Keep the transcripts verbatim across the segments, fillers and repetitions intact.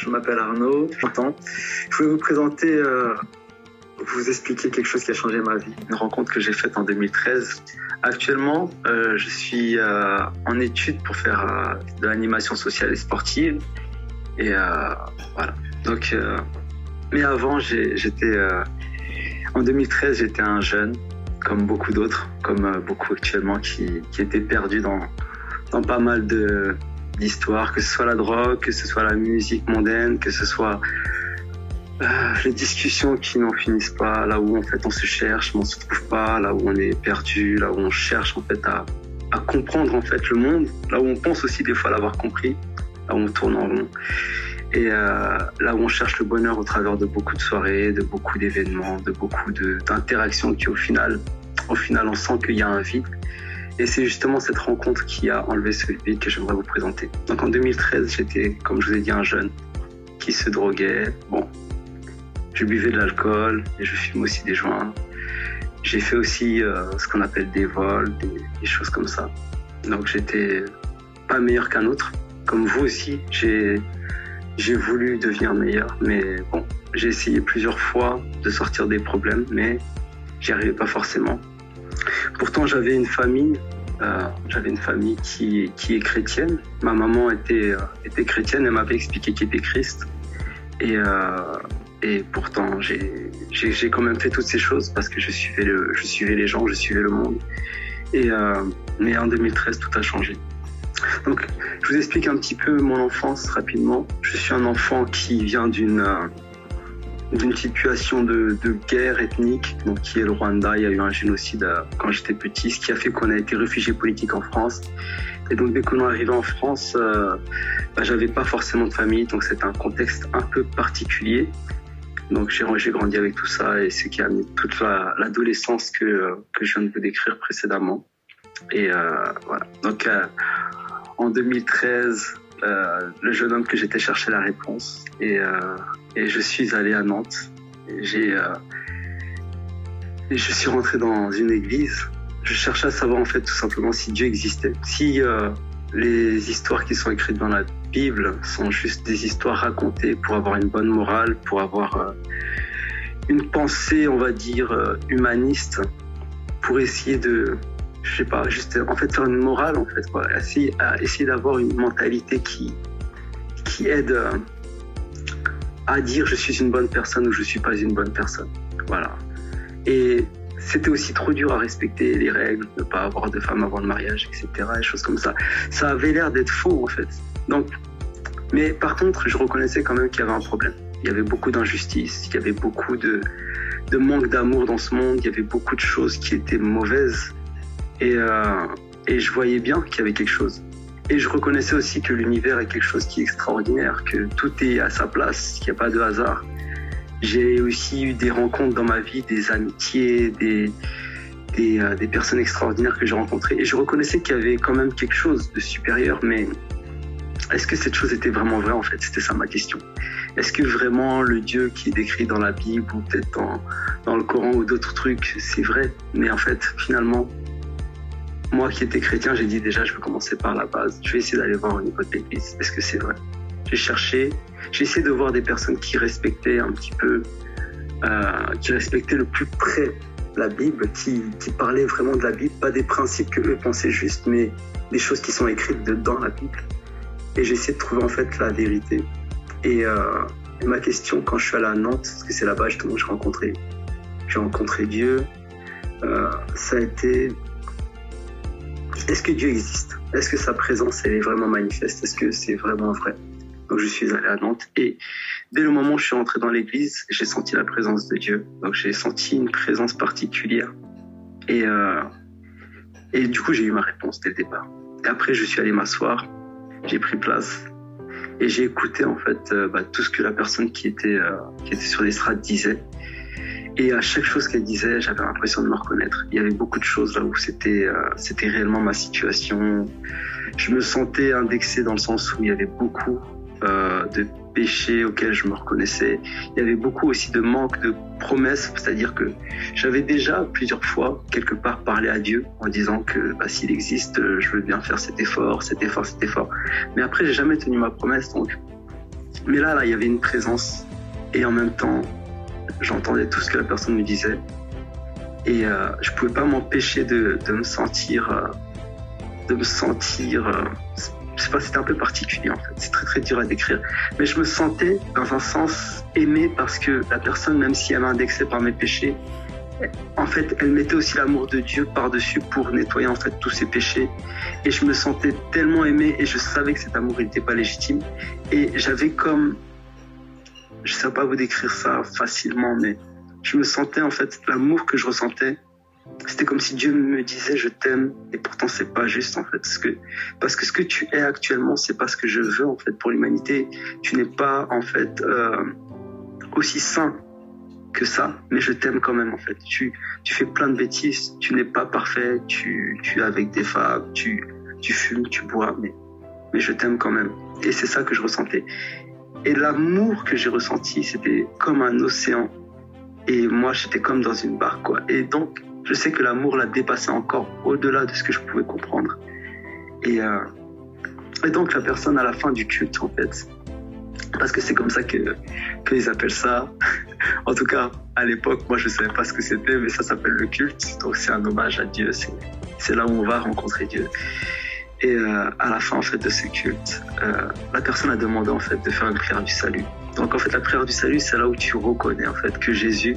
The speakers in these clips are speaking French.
je m'appelle Arnaud, j'entends. Je voulais vous présenter, euh, vous expliquer quelque chose qui a changé ma vie, une rencontre que j'ai faite en deux mille treize. Actuellement, euh, je suis euh, en études pour faire euh, de l'animation sociale et sportive. Et euh, voilà. Donc, euh, mais avant, j'ai, j'étais euh, en deux mille treize, j'étais un jeune, comme beaucoup d'autres, comme euh, beaucoup actuellement, qui, qui étaient perdus dans, dans pas mal de d'histoires, que ce soit la drogue, que ce soit la musique mondaine, que ce soit euh, les discussions qui n'en finissent pas, là où en fait on se cherche, mais on se trouve pas, là où on est perdu, là où on cherche en fait à, à comprendre en fait le monde, là où on pense aussi des fois l'avoir compris, là où on tourne en rond. Et euh, là où on cherche le bonheur au travers de beaucoup de soirées, de beaucoup d'événements, de beaucoup de, d'interactions qui au final, au final on sent qu'il y a un vide. Et c'est justement cette rencontre qui a enlevé ce vide que j'aimerais vous présenter. Donc en deux mille treize, j'étais, comme je vous ai dit, un jeune qui se droguait. Bon, je buvais de l'alcool et je fume aussi des joints. J'ai fait aussi euh, ce qu'on appelle des vols, des, des choses comme ça. Donc j'étais pas meilleur qu'un autre. Comme vous aussi, j'ai, j'ai voulu devenir meilleur. Mais bon, j'ai essayé plusieurs fois de sortir des problèmes, mais j'y arrivais pas forcément. Pourtant, j'avais une famille, euh, j'avais une famille qui, qui est chrétienne. Ma maman était, euh, était chrétienne, elle m'avait expliqué qui était Christ. Et, euh, et pourtant, j'ai, j'ai, j'ai quand même fait toutes ces choses parce que je suivais, le, je suivais les gens, je suivais le monde. Et, euh, mais en deux mille treize, tout a changé. Donc, je vous explique un petit peu mon enfance rapidement. Je suis un enfant qui vient d'une... Euh, d'une situation de, de guerre ethnique, donc qui est le Rwanda. Il y a eu un génocide quand j'étais petit, ce qui a fait qu'on a été réfugié politique en France. Et donc dès qu'on est arrivé en France, euh, bah, j'avais pas forcément de famille, donc c'était un contexte un peu particulier. Donc j'ai, j'ai grandi avec tout ça et ce qui a amené toute la, l'adolescence que, que je viens de vous décrire précédemment. Et euh, voilà. Donc euh, en deux mille treize, Euh, le jeune homme que j'étais chercher la réponse et, euh, et je suis allé à Nantes et j'ai euh, et je suis rentré dans une église. Je cherchais à savoir en fait tout simplement si Dieu existait, si euh, les histoires qui sont écrites dans la Bible sont juste des histoires racontées pour avoir une bonne morale, pour avoir euh, une pensée on va dire euh, humaniste, pour essayer de je sais pas, juste en fait faire une morale en fait, quoi. Essayer, à essayer d'avoir une mentalité qui, qui aide euh, à dire je suis une bonne personne ou je suis pas une bonne personne. Voilà. Et c'était aussi trop dur à respecter les règles, ne pas avoir de femme avant le mariage, et cetera. Et choses comme ça. Ça avait l'air d'être faux en fait. Donc, mais par contre, je reconnaissais quand même qu'il y avait un problème. Il y avait beaucoup d'injustice, il y avait beaucoup de, de manque d'amour dans ce monde, il y avait beaucoup de choses qui étaient mauvaises. Et, euh, et je voyais bien qu'il y avait quelque chose. Et je reconnaissais aussi que l'univers est quelque chose qui est extraordinaire, que tout est à sa place, qu'il n'y a pas de hasard. J'ai aussi eu des rencontres dans ma vie, des amitiés, des, des, euh, des personnes extraordinaires que j'ai rencontrées. Et je reconnaissais qu'il y avait quand même quelque chose de supérieur, mais est-ce que cette chose était vraiment vraie en fait? C'était ça ma question. Est-ce que vraiment le Dieu qui est décrit dans la Bible ou peut-être dans, dans le Coran ou d'autres trucs, c'est vrai? Mais en fait, finalement, moi qui étais chrétien, j'ai dit déjà, je vais commencer par la base. Je vais essayer d'aller voir au niveau de l'église. Est-ce que c'est vrai? J'ai cherché, j'ai essayé de voir des personnes qui respectaient un petit peu, euh, qui respectaient le plus près la Bible, qui, qui parlaient vraiment de la Bible, pas des principes que eux pensaient juste, mais des choses qui sont écrites dans la Bible. Et j'ai essayé de trouver en fait la vérité. Et, euh, et ma question, quand je suis allé à Nantes, parce que c'est là-bas justement que j'ai rencontré, j'ai rencontré Dieu, euh, ça a été... Est-ce que Dieu existe? Est-ce que sa présence elle est vraiment manifeste? Est-ce que c'est vraiment vrai? Donc je suis allé à Nantes et dès le moment où je suis rentré dans l'église, j'ai senti la présence de Dieu. Donc j'ai senti une présence particulière. Et, euh, et du coup, j'ai eu ma réponse dès le départ. Et après, je suis allé m'asseoir, j'ai pris place et j'ai écouté en fait euh, bah, tout ce que la personne qui était, euh, qui était sur l'estrade disait. Et à chaque chose qu'elle disait, j'avais l'impression de me reconnaître. Il y avait beaucoup de choses là où c'était, euh, c'était réellement ma situation. Je me sentais indexé dans le sens où il y avait beaucoup euh, de péchés auxquels je me reconnaissais. Il y avait beaucoup aussi de manque de promesses, c'est-à-dire que j'avais déjà plusieurs fois quelque part parlé à Dieu en disant que bah, s'il existe, je veux bien faire cet effort, cet effort, cet effort. Mais après, j'ai jamais tenu ma promesse, donc Mais là, là, il y avait une présence. Et en même temps, j'entendais tout ce que la personne me disait. Et euh, je pouvais pas m'empêcher de, de me sentir, euh, de me sentir, euh, je sais pas, c'était un peu particulier en fait. C'est très très dur à décrire. Mais je me sentais dans un sens aimé parce que la personne, même si elle m'indexait par mes péchés, en fait, elle mettait aussi l'amour de Dieu par-dessus pour nettoyer en fait tous ses péchés. Et je me sentais tellement aimé et je savais que cet amour n'était pas légitime. Et j'avais comme, je sais pas vous décrire ça facilement, mais je me sentais en fait, l'amour que je ressentais, c'était comme si Dieu me disait je t'aime et pourtant c'est pas juste en fait. Parce que, parce que ce que tu es actuellement, c'est pas ce que je veux en fait pour l'humanité. Tu n'es pas en fait euh, aussi saint que ça, mais je t'aime quand même en fait. Tu, tu fais plein de bêtises, tu n'es pas parfait, tu, tu es avec des femmes, tu, tu fumes, tu bois, mais, mais je t'aime quand même. Et c'est ça que je ressentais. Et l'amour que j'ai ressenti, c'était comme un océan. Et moi, j'étais comme dans une barque, quoi. Et donc, je sais que l'amour l'a dépassé encore au-delà de ce que je pouvais comprendre. Et, euh, et donc, la personne à la fin du culte, en fait, parce que c'est comme ça que qu'ils appellent ça. En tout cas, à l'époque, moi, je savais pas ce que c'était, mais ça s'appelle le culte. Donc, c'est un hommage à Dieu. C'est, c'est là où on va rencontrer Dieu. Et euh, à la fin, en fait, de ce culte, euh, la personne a demandé, en fait, de faire une prière du salut. Donc, en fait, la prière du salut, c'est là où tu reconnais, en fait, que Jésus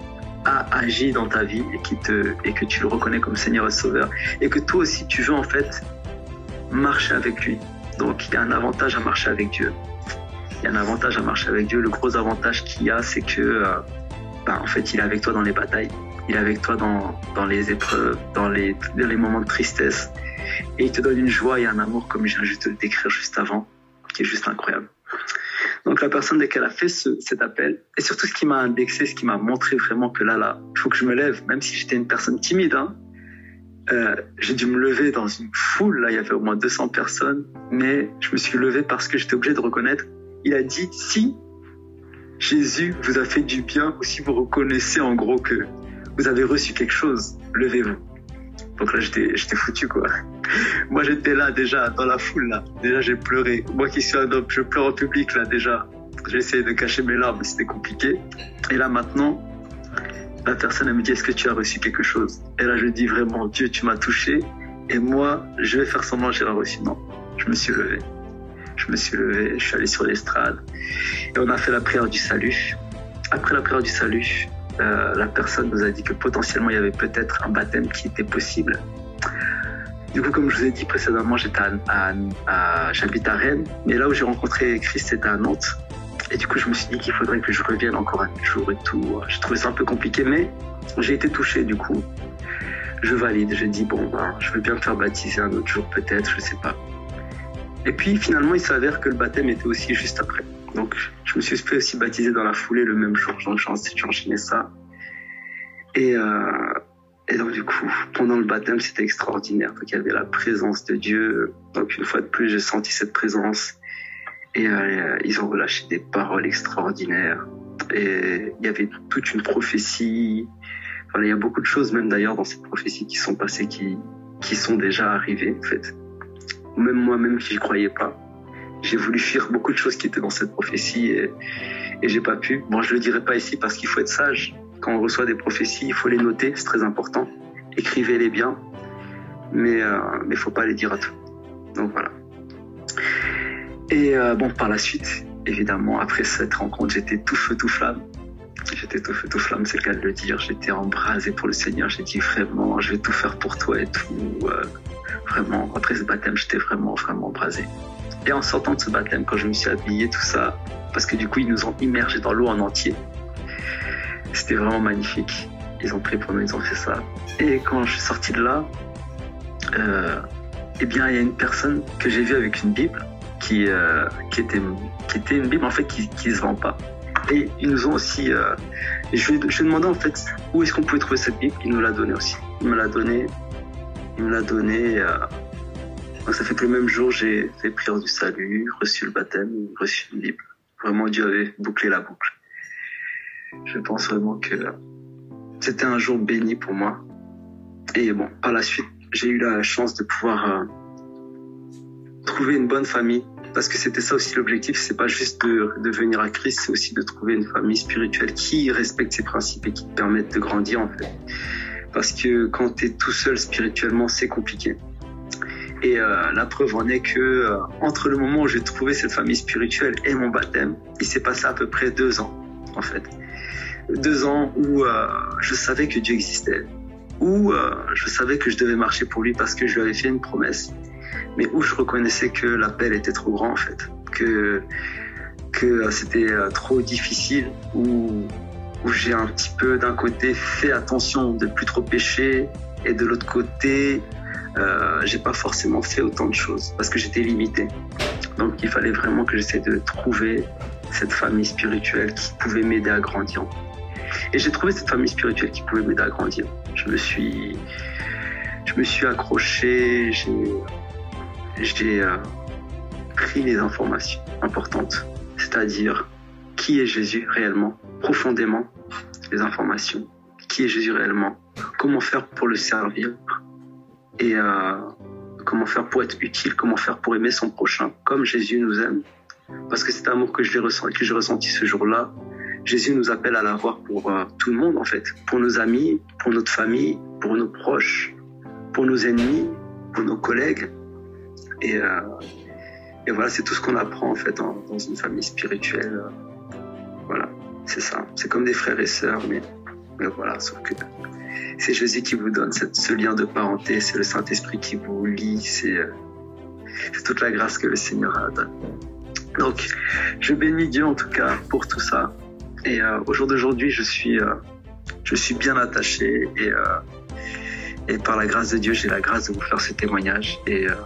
a agi dans ta vie et, qui te, et que tu le reconnais comme Seigneur et Sauveur. Et que toi aussi, tu veux, en fait, marcher avec lui. Donc, il y a un avantage à marcher avec Dieu. Il y a un avantage à marcher avec Dieu. Le gros avantage qu'il y a, c'est que, euh, bah, en fait, il est avec toi dans les batailles. Il est avec toi dans, dans les épreuves, dans les, dans les moments de tristesse. Et il te donne une joie et un amour, comme je viens juste de le décrire juste avant, qui est juste incroyable. Donc, la personne, dès qu'elle a fait ce, cet appel, et surtout ce qui m'a indexé, ce qui m'a montré vraiment que là, là, il faut que je me lève, même si j'étais une personne timide, hein, euh, j'ai dû me lever dans une foule, là, il y avait au moins deux cents personnes, mais je me suis levé parce que j'étais obligé de reconnaître. Il a dit, si Jésus vous a fait du bien, ou si vous reconnaissez en gros que vous avez reçu quelque chose, levez-vous. Donc là, j'étais, j'étais foutu, quoi. Moi, j'étais là, déjà, dans la foule, là. Déjà, j'ai pleuré. Moi qui suis un homme, je pleure en public, là, déjà. J'ai essayé de cacher mes larmes, mais c'était compliqué. Et là, maintenant, la personne, elle me dit, est-ce que tu as reçu quelque chose? Et là, je dis vraiment, Dieu, tu m'as touché. Et moi, je vais faire semblant que j'ai reçu. Non, je me suis levé. Je me suis levé, je suis allé sur l'estrade. Et on a fait la prière du salut. Après la prière du salut, euh, la personne nous a dit que potentiellement, il y avait peut-être un baptême qui était possible. Du coup, comme je vous ai dit précédemment, j'étais à, à, à, j'habite à Rennes, mais là où j'ai rencontré Christ, c'était à Nantes. Et du coup, je me suis dit qu'il faudrait que je revienne encore un jour et tout. J'ai trouvé ça un peu compliqué, mais j'ai été touché du coup. Je valide, j'ai dit, bon, ben, je veux bien me faire baptiser un autre jour peut-être, je sais pas. Et puis finalement, il s'avère que le baptême était aussi juste après. Donc, je me suis fait aussi baptiser dans la foulée le même jour. Donc, j'ai enchaîné ça. Et... Euh, Et donc du coup, pendant le baptême, c'était extraordinaire. Donc il y avait la présence de Dieu. Donc une fois de plus, j'ai senti cette présence. Et euh, ils ont relâché des paroles extraordinaires. Et il y avait toute une prophétie. Enfin, il y a beaucoup de choses, même d'ailleurs, dans cette prophétie qui sont passées, qui, qui sont déjà arrivées, en fait. Même moi-même qui n'y croyais pas. J'ai voulu fuir beaucoup de choses qui étaient dans cette prophétie et, et j'ai pas pu. Bon, je le dirai pas ici parce qu'il faut être sage. Quand on reçoit des prophéties, il faut les noter, c'est très important. Écrivez-les bien, mais il euh, ne faut pas les dire à tout. Donc voilà. Et euh, bon, par la suite, évidemment, après cette rencontre, j'étais tout feu, tout flamme. J'étais tout feu, tout flamme, c'est le cas de le dire. J'étais embrasé pour le Seigneur. J'ai dit vraiment, je vais tout faire pour toi et tout. Euh, vraiment, après ce baptême, j'étais vraiment, vraiment embrasé. Et en sortant de ce baptême, quand je me suis habillé, tout ça, parce que du coup, ils nous ont immergés dans l'eau en entier. C'était vraiment magnifique. Ils ont pris pour nous, ils ont fait ça. Et quand je suis sorti de là, euh, eh bien, il y a une personne que j'ai vue avec une Bible qui, euh, qui, était, qui était une Bible en fait qui ne se vend pas. Et ils nous ont aussi... Euh, je lui ai, je lui ai demandé en fait où est-ce qu'on pouvait trouver cette Bible. Il nous l'a donnée aussi. Il me l'a donnée. Il me l'a donnée. Euh, donc ça fait que le même jour, j'ai fait prière du salut, reçu le baptême, reçu une Bible. Vraiment, Dieu avait bouclé la boucle. Je pense vraiment que c'était un jour béni pour moi. Et bon, par la suite, j'ai eu la chance de pouvoir euh, trouver une bonne famille parce que c'était ça aussi l'objectif, c'est pas juste de, de venir à Christ, c'est aussi de trouver une famille spirituelle qui respecte ses principes et qui te permette de grandir en fait. Parce que quand tu es tout seul spirituellement, c'est compliqué. Et euh, la preuve en est que euh, entre le moment où j'ai trouvé cette famille spirituelle et mon baptême, il s'est passé à peu près deux ans en fait. Deux ans où euh, je savais que Dieu existait, où euh, je savais que je devais marcher pour lui parce que je lui avais fait une promesse, mais où je reconnaissais que l'appel était trop grand en fait, que, que c'était trop difficile, où, où j'ai un petit peu d'un côté fait attention de plus trop pécher et de l'autre côté euh, j'ai pas forcément fait autant de choses parce que j'étais limité. Donc il fallait vraiment que j'essaie de trouver cette famille spirituelle qui pouvait m'aider à grandir. Et j'ai trouvé cette famille spirituelle qui pouvait m'aider à grandir. Je me suis, je me suis accroché, j'ai, j'ai euh, pris les informations importantes, c'est-à-dire qui est Jésus réellement, profondément, les informations. Qui est Jésus réellement, comment faire pour le servir et euh, comment faire pour être utile, comment faire pour aimer son prochain, comme Jésus nous aime. Parce que cet amour que j'ai ressenti, que j'ai ressenti ce jour-là, Jésus nous appelle à l'avoir pour euh, tout le monde en fait, pour nos amis, pour notre famille, pour nos proches, pour nos ennemis, pour nos collègues. Et, euh, et voilà, c'est tout ce qu'on apprend en fait dans, dans une famille spirituelle. Voilà, c'est ça. C'est comme des frères et sœurs, mais, mais voilà, sauf que c'est Jésus qui vous donne cette, ce lien de parenté, c'est le Saint-Esprit qui vous lie, c'est, euh, c'est toute la grâce que le Seigneur a donnée. Donc, je bénis Dieu en tout cas pour tout ça. Et euh, au jour d'aujourd'hui, je suis, euh, je suis bien attaché et, euh, et par la grâce de Dieu, j'ai la grâce de vous faire ce témoignage. Et, euh,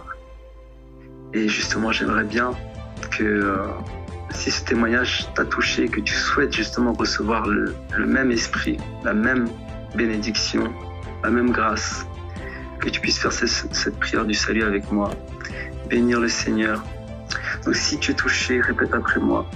et justement, j'aimerais bien que euh, si ce témoignage t'a touché, que tu souhaites justement recevoir le, le même esprit, la même bénédiction, la même grâce, que tu puisses faire cette, cette prière du salut avec moi, bénir le Seigneur. Donc si tu es touché, répète après moi.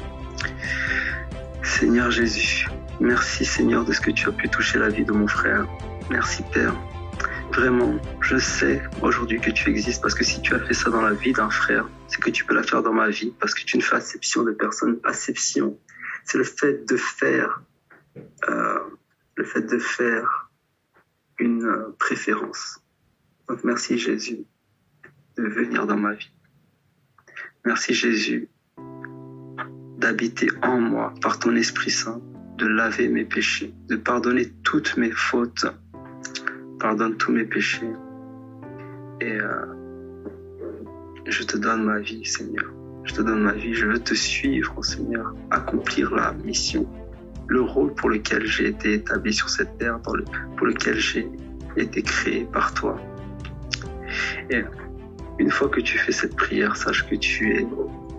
Seigneur Jésus, merci Seigneur de ce que tu as pu toucher la vie de mon frère. Merci Père. Vraiment, je sais aujourd'hui que tu existes parce que si tu as fait ça dans la vie d'un frère, c'est que tu peux la faire dans ma vie parce que tu ne fais acception de personne. Acception, c'est le fait de faire, euh, le fait de faire une euh, préférence. Donc merci Jésus de venir dans ma vie. Merci Jésus d'habiter en moi par ton Esprit Saint, de laver mes péchés, de pardonner toutes mes fautes. Pardonne tous mes péchés. Et euh, je te donne ma vie, Seigneur. Je te donne ma vie. Je veux te suivre, Seigneur. Accomplir la mission, le rôle pour lequel j'ai été établi sur cette terre, dans le, pour lequel j'ai été créé par toi. Et une fois que tu fais cette prière, sache que tu es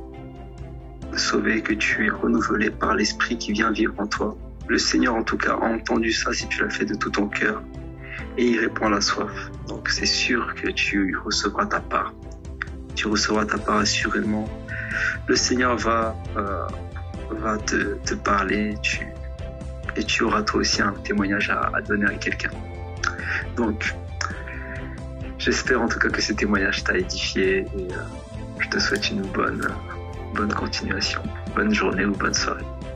sauvé, que tu es renouvelé par l'Esprit qui vient vivre en toi. Le Seigneur, en tout cas, a entendu ça si tu l'as fait de tout ton cœur. Et il répond à la soif. Donc c'est sûr que tu recevras ta part. Tu recevras ta part assurément. Le Seigneur va, euh, va te, te parler tu, et tu auras toi aussi un témoignage à, à donner à quelqu'un. Donc j'espère en tout cas que ce témoignage t'a édifié et euh, je te souhaite une bonne, bonne continuation, bonne journée ou bonne soirée.